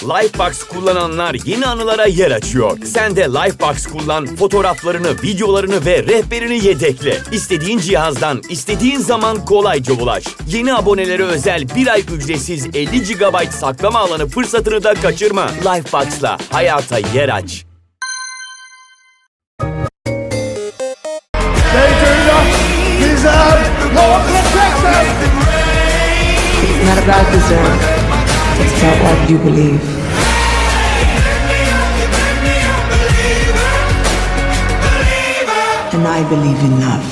Lifebox kullananlar yeni anılara yer açıyor. Sen de Lifebox kullan, fotoğraflarını, videolarını ve rehberini yedekle. İstediğin cihazdan, istediğin zaman kolayca ulaş. Yeni abonelere özel 1 ay ücretsiz 50 GB saklama alanı fırsatını da kaçırma. Lifebox'la hayata yer aç. It's not about deserve, it's about what you believe. And I believe in love.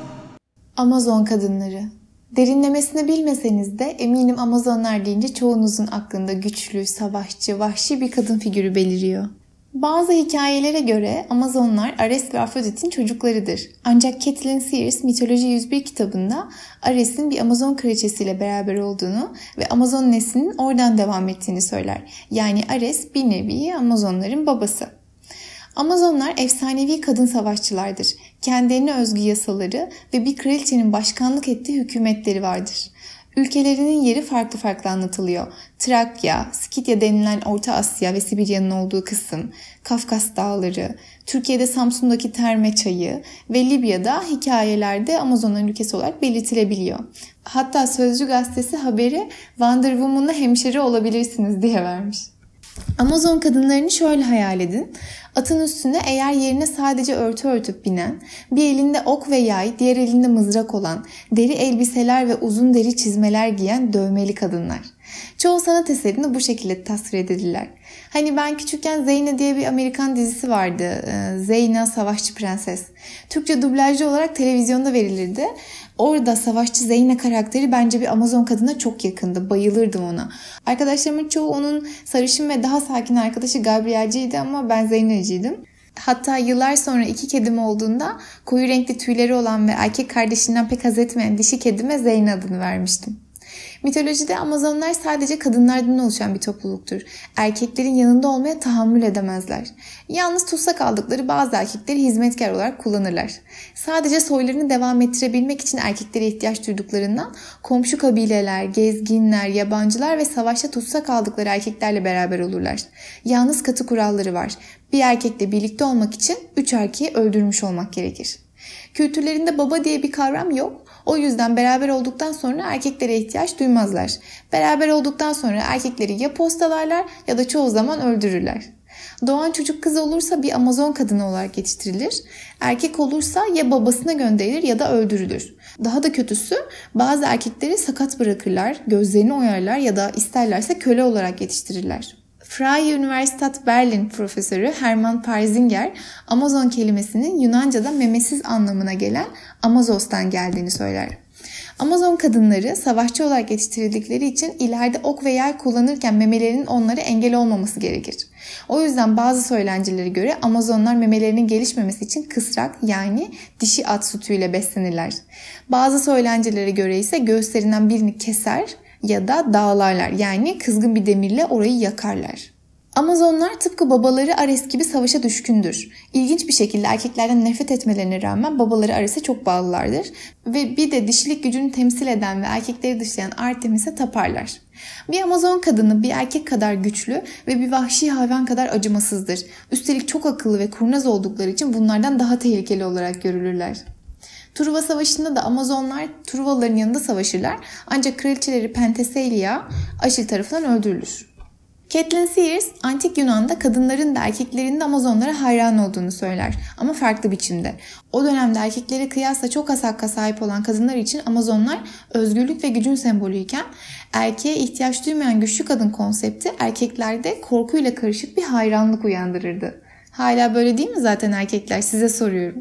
Amazon kadınları. Derinlemesine bilmeseniz de eminim Amazonlar deyince çoğunuzun aklında güçlü, savaşçı, vahşi bir kadın figürü beliriyor. Bazı hikayelere göre Amazonlar Ares ve Afrodit'in çocuklarıdır. Ancak Caitlin Sears Mitoloji 101 kitabında Ares'in bir Amazon kraliçesiyle beraber olduğunu ve Amazon neslinin oradan devam ettiğini söyler. Yani Ares bir nevi Amazonların babası. Amazonlar efsanevi kadın savaşçılardır. Kendilerine özgü yasaları ve bir kraliçenin başkanlık ettiği hükümetleri vardır. Ülkelerinin yeri farklı farklı anlatılıyor. Trakya, Skitya denilen Orta Asya ve Sibirya'nın olduğu kısım, Kafkas Dağları, Türkiye'de Samsun'daki Terme Çayı ve Libya'da hikayelerde Amazonların ülkesi olarak belirtilebiliyor. Hatta Sözcü gazetesi haberi Wonder Woman'la hemşire olabilirsiniz diye vermiş. Amazon kadınlarını şöyle hayal edin. Atın üstüne eğer yerine sadece örtü örtüp binen, bir elinde ok ve yay, diğer elinde mızrak olan, deri elbiseler ve uzun deri çizmeler giyen dövmeli kadınlar. Çoğu sanat eserini bu şekilde tasvir edilirler. Hani ben küçükken Zeyna diye bir Amerikan dizisi vardı. Zeyna Savaşçı Prenses. Türkçe dublajlı olarak televizyonda verilirdi. Orada Savaşçı Zeyna karakteri bence bir Amazon kadına çok yakındı. Bayılırdım ona. Arkadaşlarımın çoğu onun sarışın ve daha sakin arkadaşı Gabriel'ciydi ama ben Zeyna'cıydım. Hatta yıllar sonra 2 kedim olduğunda koyu renkli tüyleri olan ve erkek kardeşinden pek haz etmeyen dişi kedime Zeyna adını vermiştim. Mitolojide Amazonlar sadece kadınlardan oluşan bir topluluktur. Erkeklerin yanında olmaya tahammül edemezler. Yalnız tutsak aldıkları bazı erkekleri hizmetkar olarak kullanırlar. Sadece soylarını devam ettirebilmek için erkeklere ihtiyaç duyduklarından komşu kabileler, gezginler, yabancılar ve savaşta tutsak aldıkları erkeklerle beraber olurlar. Yalnız katı kuralları var. Bir erkekle birlikte olmak için 3 erkeği öldürmüş olmak gerekir. Kültürlerinde baba diye bir kavram yok. O yüzden beraber olduktan sonra erkeklere ihtiyaç duymazlar. Beraber olduktan sonra erkekleri ya postalarlar ya da çoğu zaman öldürürler. Doğan çocuk kız olursa bir Amazon kadını olarak yetiştirilir. Erkek olursa ya babasına gönderilir ya da öldürülür. Daha da kötüsü bazı erkekleri sakat bırakırlar, gözlerini oyarlar ya da isterlerse köle olarak yetiştirirler. Freie Universität Berlin profesörü Hermann Parzinger, Amazon kelimesinin Yunanca'da memesiz anlamına gelen Amazos'tan geldiğini söyler. Amazon kadınları savaşçı olarak yetiştirildikleri için ileride ok ve yay kullanırken memelerinin onlara engel olmaması gerekir. O yüzden bazı söylentilere göre Amazonlar memelerinin gelişmemesi için kısrak yani dişi at sütüyle beslenirler. Bazı söylentilere göre ise göğüslerinden birini keser ya da dağlarlar yani kızgın bir demirle orayı yakarlar. Amazonlar tıpkı babaları Ares gibi savaşa düşkündür. İlginç bir şekilde erkeklerden nefret etmelerine rağmen babaları Ares'e çok bağlılardır. Ve bir de dişilik gücünü temsil eden ve erkekleri dışlayan Artemis'e taparlar. Bir Amazon kadını bir erkek kadar güçlü ve bir vahşi hayvan kadar acımasızdır. Üstelik çok akıllı ve kurnaz oldukları için bunlardan daha tehlikeli olarak görülürler. Truva Savaşı'nda da Amazonlar Truvalıların yanında savaşırlar. Ancak kraliçeleri Penthesilea Aşil tarafından öldürülür. Caitlin Sears, Antik Yunan'da kadınların da erkeklerin de Amazonlara hayran olduğunu söyler ama farklı biçimde. O dönemde erkeklere kıyasla çok az hakka sahip olan kadınlar için Amazonlar özgürlük ve gücün sembolüyken erkeğe ihtiyaç duymayan güçlü kadın konsepti erkeklerde korkuyla karışık bir hayranlık uyandırırdı. Hala böyle değil mi zaten erkekler? Size soruyorum.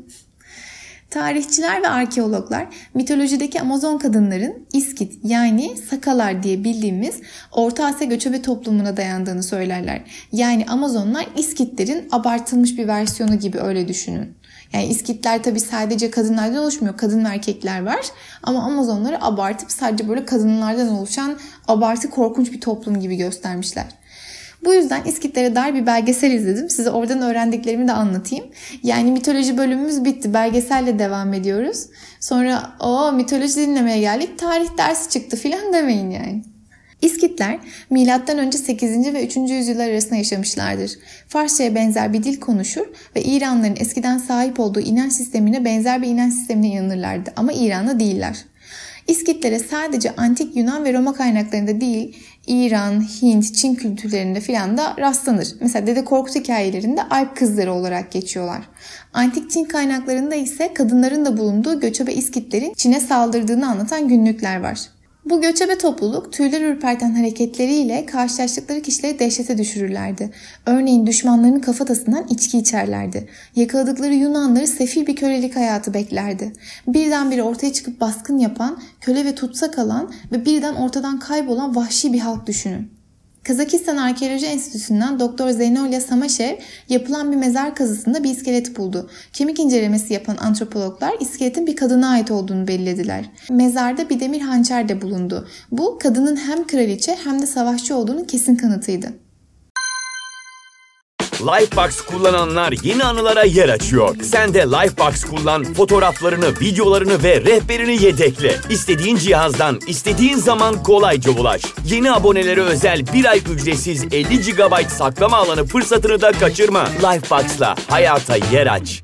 Tarihçiler ve arkeologlar mitolojideki Amazon kadınların İskit yani Sakalar diye bildiğimiz Orta Asya göçebe toplumuna dayandığını söylerler. Yani Amazonlar İskitlerin abartılmış bir versiyonu gibi öyle düşünün. Yani İskitler tabii sadece kadınlardan oluşmuyor. Kadın ve erkekler var. Ama Amazonları abartıp sadece böyle kadınlardan oluşan abartı korkunç bir toplum gibi göstermişler. Bu yüzden İskitlere dair bir belgesel izledim. Size oradan öğrendiklerimi de anlatayım. Yani mitoloji bölümümüz bitti. Belgeselle devam ediyoruz. Sonra mitoloji dinlemeye geldik. Tarih dersi çıktı filan demeyin yani. İskitler M.Ö. 8. ve 3. yüzyıllar arasında yaşamışlardır. Farsçaya benzer bir dil konuşur ve İranlıların eskiden sahip olduğu inanç sistemine benzer bir inanç sistemine inanırlardı ama İranlı değiller. İskitlere sadece antik Yunan ve Roma kaynaklarında değil, İran, Hint, Çin kültürlerinde filan da rastlanır. Mesela Dede Korkut hikayelerinde Alp kızları olarak geçiyorlar. Antik Çin kaynaklarında ise kadınların da bulunduğu göçebe İskitlerin Çin'e saldırdığını anlatan günlükler var. Bu göçebe topluluk tüyler ürperten hareketleriyle karşılaştıkları kişileri dehşete düşürürlerdi. Örneğin düşmanlarının kafatasından içki içerlerdi. Yakaladıkları Yunanları sefil bir kölelik hayatı beklerdi. Birdenbire ortaya çıkıp baskın yapan, köle ve tutsak alan ve birden ortadan kaybolan vahşi bir halk düşünün. Kazakistan Arkeoloji Enstitüsü'nden Dr. Zeynolya Samaşev yapılan bir mezar kazısında bir iskelet buldu. Kemik incelemesi yapan antropologlar iskeletin bir kadına ait olduğunu belirlediler. Mezarda bir demir hançer de bulundu. Bu kadının hem kraliçe hem de savaşçı olduğunun kesin kanıtıydı. Lifebox kullananlar yeni anılara yer açıyor. Sen de Lifebox kullan, fotoğraflarını, videolarını ve rehberini yedekle. İstediğin cihazdan, istediğin zaman kolayca ulaş. Yeni abonelere özel 1 ay ücretsiz 50 GB saklama alanı fırsatını da kaçırma. Lifebox'la hayata yer aç.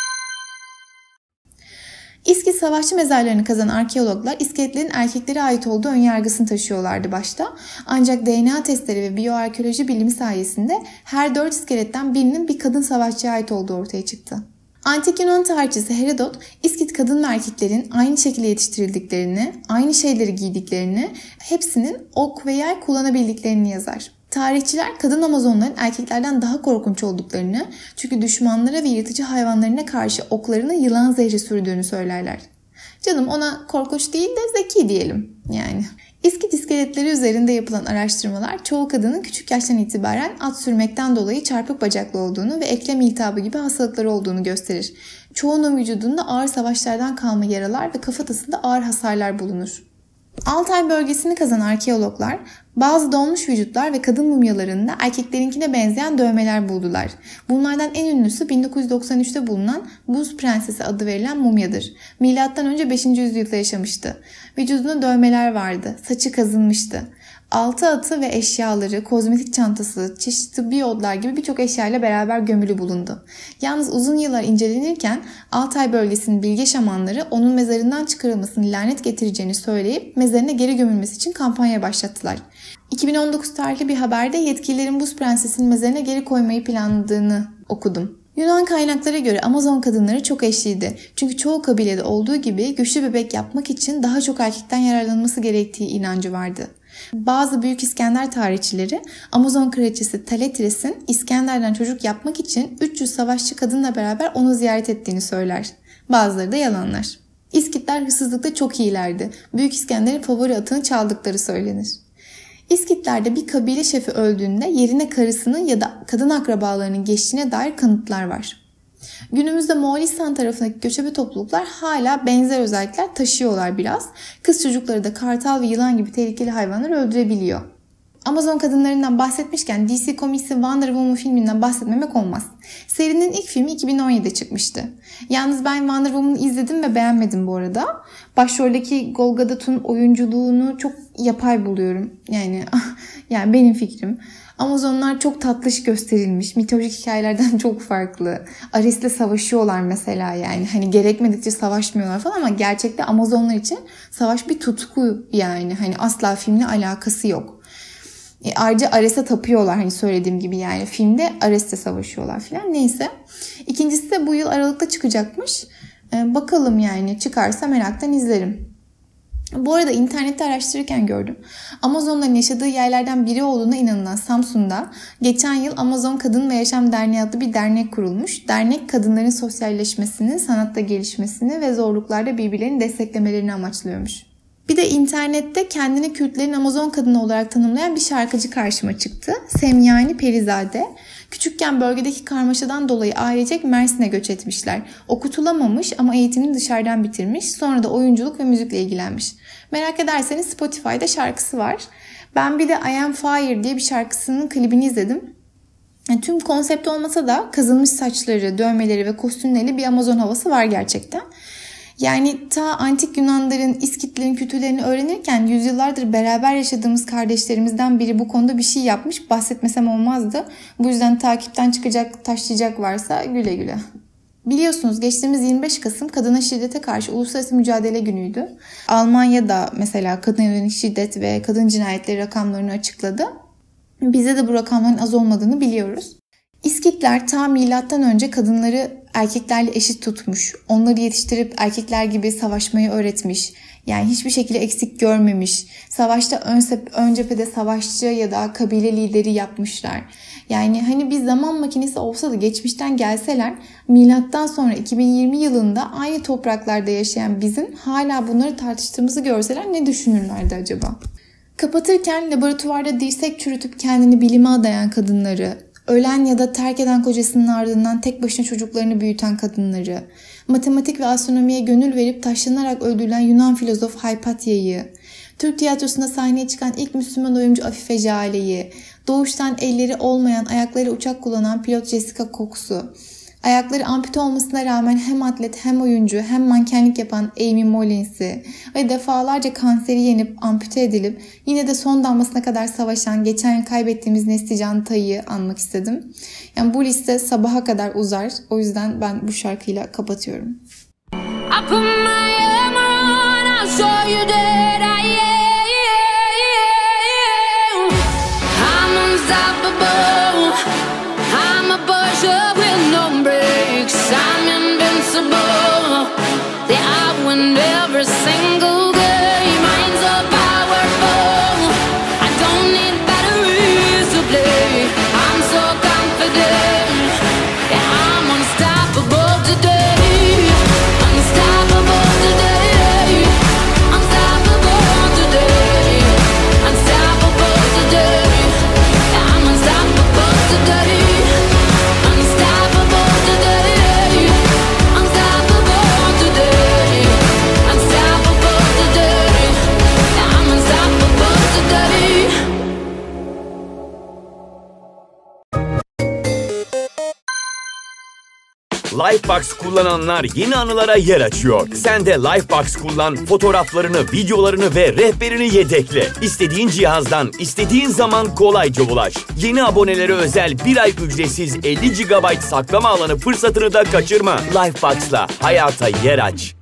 İskit savaşçı mezarlarını kazan arkeologlar iskeletlerin erkeklere ait olduğu önyargısını taşıyorlardı başta. Ancak DNA testleri ve biyoarkeoloji bilimi sayesinde her 4 iskeletten birinin bir kadın savaşçıya ait olduğu ortaya çıktı. Antik Yunan tarihçisi Herodot, İskit kadın ve erkeklerin aynı şekilde yetiştirildiklerini, aynı şeyleri giydiklerini, hepsinin ok ve yay kullanabildiklerini yazar. Tarihçiler kadın Amazonların erkeklerden daha korkunç olduklarını, çünkü düşmanlara ve yırtıcı hayvanlarına karşı oklarını yılan zehri sürdüğünü söylerler. Canım ona korkunç değil de zeki diyelim yani. İskit iskeletleri üzerinde yapılan araştırmalar çoğu kadının küçük yaştan itibaren at sürmekten dolayı çarpık bacaklı olduğunu ve eklem iltihabı gibi hastalıkları olduğunu gösterir. Çoğunun vücudunda ağır savaşlardan kalma yaralar ve kafatasında ağır hasarlar bulunur. Altay bölgesini kazan arkeologlar bazı donmuş vücutlar ve kadın mumyalarında erkeklerinkine benzeyen dövmeler buldular. Bunlardan en ünlüsü 1993'te bulunan Buz Prensesi adı verilen mumyadır. M.Ö. 5. yüzyılda yaşamıştı. Vücudunda dövmeler vardı, saçı kazınmıştı. 6 atı ve eşyaları, kozmetik çantası, çeşitli tıbbi yodlar gibi birçok eşyayla beraber gömülü bulundu. Yalnız uzun yıllar incelenirken Altay bölgesinin bilge şamanları onun mezarından çıkarılmasını lanet getireceğini söyleyip mezarına geri gömülmesi için kampanya başlattılar. 2019 tarihli bir haberde yetkililerin Buz Prensesi'nin mezarına geri koymayı planladığını okudum. Yunan kaynaklara göre Amazon kadınları çok eşliydi. Çünkü çoğu kabilede olduğu gibi güçlü bebek yapmak için daha çok erkekten yararlanılması gerektiği inancı vardı. Bazı Büyük İskender tarihçileri Amazon kraliçesi Taletres'in İskender'den çocuk yapmak için 300 savaşçı kadınla beraber onu ziyaret ettiğini söyler. Bazıları da yalanlar. İskitler hırsızlıkta çok iyilerdi. Büyük İskender'in favori atını çaldıkları söylenir. İskitlerde bir kabile şefi öldüğünde yerine karısının ya da kadın akrabalarının geçtiğine dair kanıtlar var. Günümüzde Moğolistan tarafındaki göçebe topluluklar hala benzer özellikler taşıyorlar biraz. Kız çocukları da kartal ve yılan gibi tehlikeli hayvanları öldürebiliyor. Amazon kadınlarından bahsetmişken DC Comics'in Wonder Woman filminden bahsetmemek olmaz. Serinin ilk filmi 2017'de çıkmıştı. Yalnız ben Wonder Woman'ı izledim ve beğenmedim bu arada. Başroldeki Gal Gadot'un oyunculuğunu çok yapay buluyorum. Yani benim fikrim. Amazonlar çok tatlış gösterilmiş. Mitolojik hikayelerden çok farklı. Ares'le savaşıyorlar mesela yani. Hani gerekmedikçe savaşmıyorlar falan ama gerçekte Amazonlar için savaş bir tutku yani. Hani asla filmle alakası yok. Ayrıca Ares'e tapıyorlar hani söylediğim gibi yani. Filmde Ares'le savaşıyorlar falan. Neyse. İkincisi de bu yıl Aralık'ta çıkacakmış. Bakalım yani çıkarsa meraktan izlerim. Bu arada internette araştırırken gördüm. Amazonların yaşadığı yerlerden biri olduğuna inanılan Samsun'da geçen yıl Amazon Kadın ve Yaşam Derneği adlı bir dernek kurulmuş. Dernek kadınların sosyalleşmesini, sanatta gelişmesini ve zorluklarda birbirlerini desteklemelerini amaçlıyormuş. Bir de internette kendini Kürtlerin Amazon kadını olarak tanımlayan bir şarkıcı karşıma çıktı. Semyani Perizade. Küçükken bölgedeki karmaşadan dolayı ailecek Mersin'e göç etmişler. Okutulamamış ama eğitimini dışarıdan bitirmiş. Sonra da oyunculuk ve müzikle ilgilenmiş. Merak ederseniz Spotify'da şarkısı var. Ben bir de I Am Fire diye bir şarkısının klibini izledim. Tüm konsept olmasa da kazınmış saçları, dövmeleri ve kostümleri bir Amazon havası var gerçekten. Yani ta antik Yunanların, İskitlerin kültürlerini öğrenirken yüzyıllardır beraber yaşadığımız kardeşlerimizden biri bu konuda bir şey yapmış. Bahsetmesem olmazdı. Bu yüzden takipten çıkacak, taşlayacak varsa güle güle. Biliyorsunuz geçtiğimiz 25 Kasım kadına şiddete karşı Uluslararası Mücadele Günü'ydü. Almanya'da mesela kadına yönelik şiddet ve kadın cinayetleri rakamlarını açıkladı. Bize de bu rakamların az olmadığını biliyoruz. İskitler ta milattan önce kadınları erkeklerle eşit tutmuş, onları yetiştirip erkekler gibi savaşmayı öğretmiş. Yani hiçbir şekilde eksik görmemiş. Savaşta ön cephede savaşçı ya da kabile lideri yapmışlar. Yani hani bir zaman makinesi olsa da geçmişten gelseler milattan sonra 2020 yılında aynı topraklarda yaşayan bizim hala bunları tartıştığımızı görseler ne düşünürlerdi acaba? Kapatırken laboratuvarda dirsek çürütüp kendini bilime adayan kadınları, ölen ya da terk eden kocasının ardından tek başına çocuklarını büyüten kadınları, matematik ve astronomiye gönül verip taşlanarak öldürülen Yunan filozof Haypatya'yı, Türk tiyatrosunda sahneye çıkan ilk Müslüman oyuncu Afife Jale'yi, doğuştan elleri olmayan ayakları uçak kullanan pilot Jessica Cox'u, ayakları ampute olmasına rağmen hem atlet hem oyuncu hem mankenlik yapan Amy Mollins'i ve defalarca kanseri yenip ampute edilip yine de son damlasına kadar savaşan geçen yıl kaybettiğimiz Neslihan Tay'ı anmak istedim. Yani bu liste sabaha kadar uzar. O yüzden ben bu şarkıyla kapatıyorum. I'm invincible. I win every single game. I'm so powerful. I don't need batteries to play. I'm so confident. I'm unstoppable today. Unstoppable today. Unstoppable today. Unstoppable today. I'm unstoppable today. Unstoppable today. Lifebox kullananlar yeni anılara yer açıyor. Sen de Lifebox kullan, fotoğraflarını, videolarını ve rehberini yedekle. İstediğin cihazdan, istediğin zaman kolayca ulaş. Yeni abonelere özel 1 ay ücretsiz 50 GB saklama alanı fırsatını da kaçırma. Lifebox'la hayata yer aç.